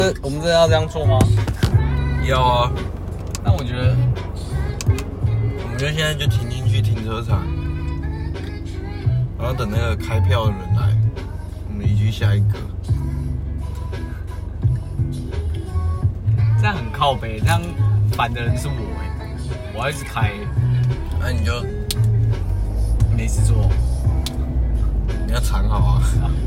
我们真的要这样做吗？ 要啊。 但我觉得， 我们就现在就停进去停车场，然后等那个开票的人来，我们移去下一个。 这样很靠北，这样烦的人是我我要一直开。 那你就没事做， 你要藏好啊。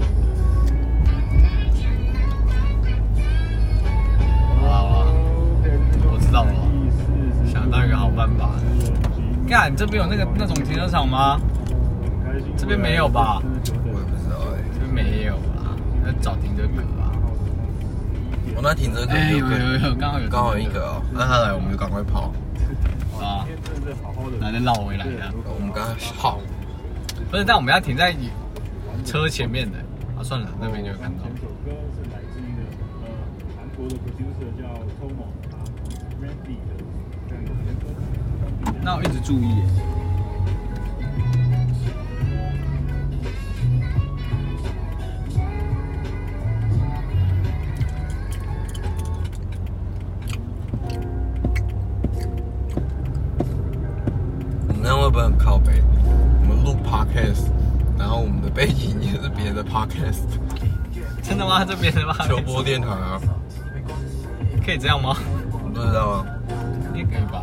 好啊，我知道了，想到一个好办法。干，这边有那种停车场吗？这边没有吧？ 我也不知道这边没有啦，要找停车格啊。 我那停车格有，刚好一个哦。那他来我们就赶快跑。 啊，然后再绕回来的。 我们刚刚跑， 不是，但我们要停在车前面的。啊，算了，那边就会看到。那我一直注意。 那会不会很靠北？我们录 podcast， 然后我们的背景也是别的 podcast。 真的吗？这边的吗？ 秋波电台啊， 可以这样吗？ 我不知道啊， 应该可以吧。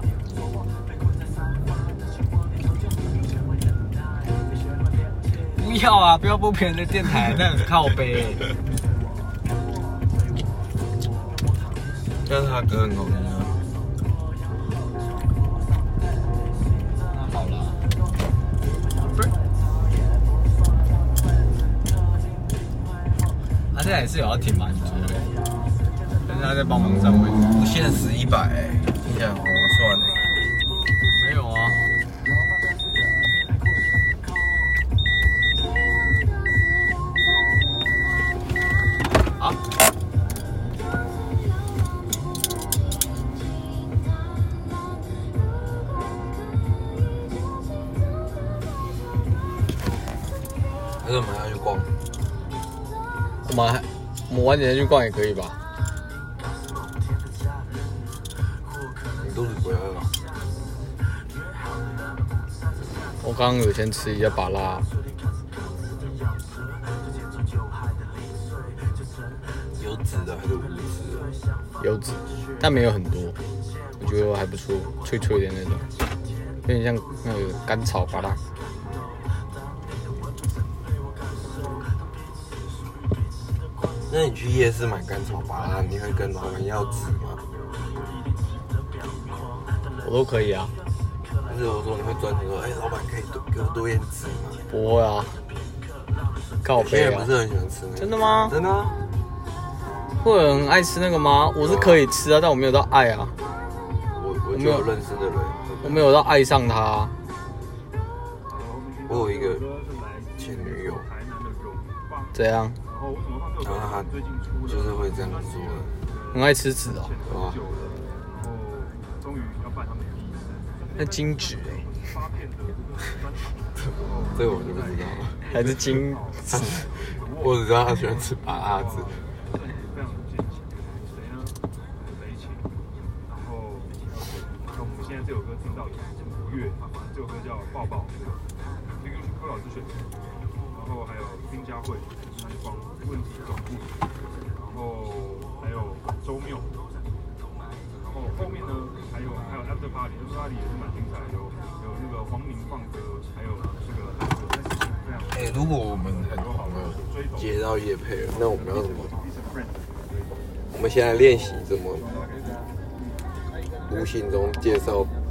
不要啊！不要播别人的电台，那很靠北。 但是他歌很好听啊。 他现在也是有要停嘛，你觉得？但是他在帮忙占位置。 无限1100，听起来好划算欸。 没有啊。好。 还是我们要去逛？ 我们晚点去逛也可以吧？ 你肚子不会饿吗？ 我刚刚有先吃一下芭乐。 有籽的还是无籽的？ 有籽，但没有很多，我觉得还不错，脆脆的那种，有点像那个甘草芭乐。 那你去夜市买甘草芭乐，你会跟老板要籽吗？ 我都可以啊。 但是我说你会专程说，老板可以给我多点籽吗？ 不会啊。靠北啊。 不是很喜欢吃那个。 真的吗？ 真的啊。 会有人很爱吃那个吗？我是可以吃啊，但我没有到爱啊。 我没有认识的人， 我没有到爱上他啊。 我有一个前女友， 怎样？ 然后他就是会这样做的， 很爱吃籽哦。 啊。 那金纸这个我就不知道了。 还是金纸？ 我只知道他喜欢吃芭乐籽。 现在这首歌听到的是5月，这首歌叫《抱抱》，这个是柯老师选的，然后还有丁佳慧、时光、问题总部，然后还有周缪，然后后面呢还有 After Party，After Party 也是蛮精彩的，有那个黄明放歌，还有这个非常。 如果我们很红了，接到业配了，那我们要怎么？我们现在练习怎么无形中介绍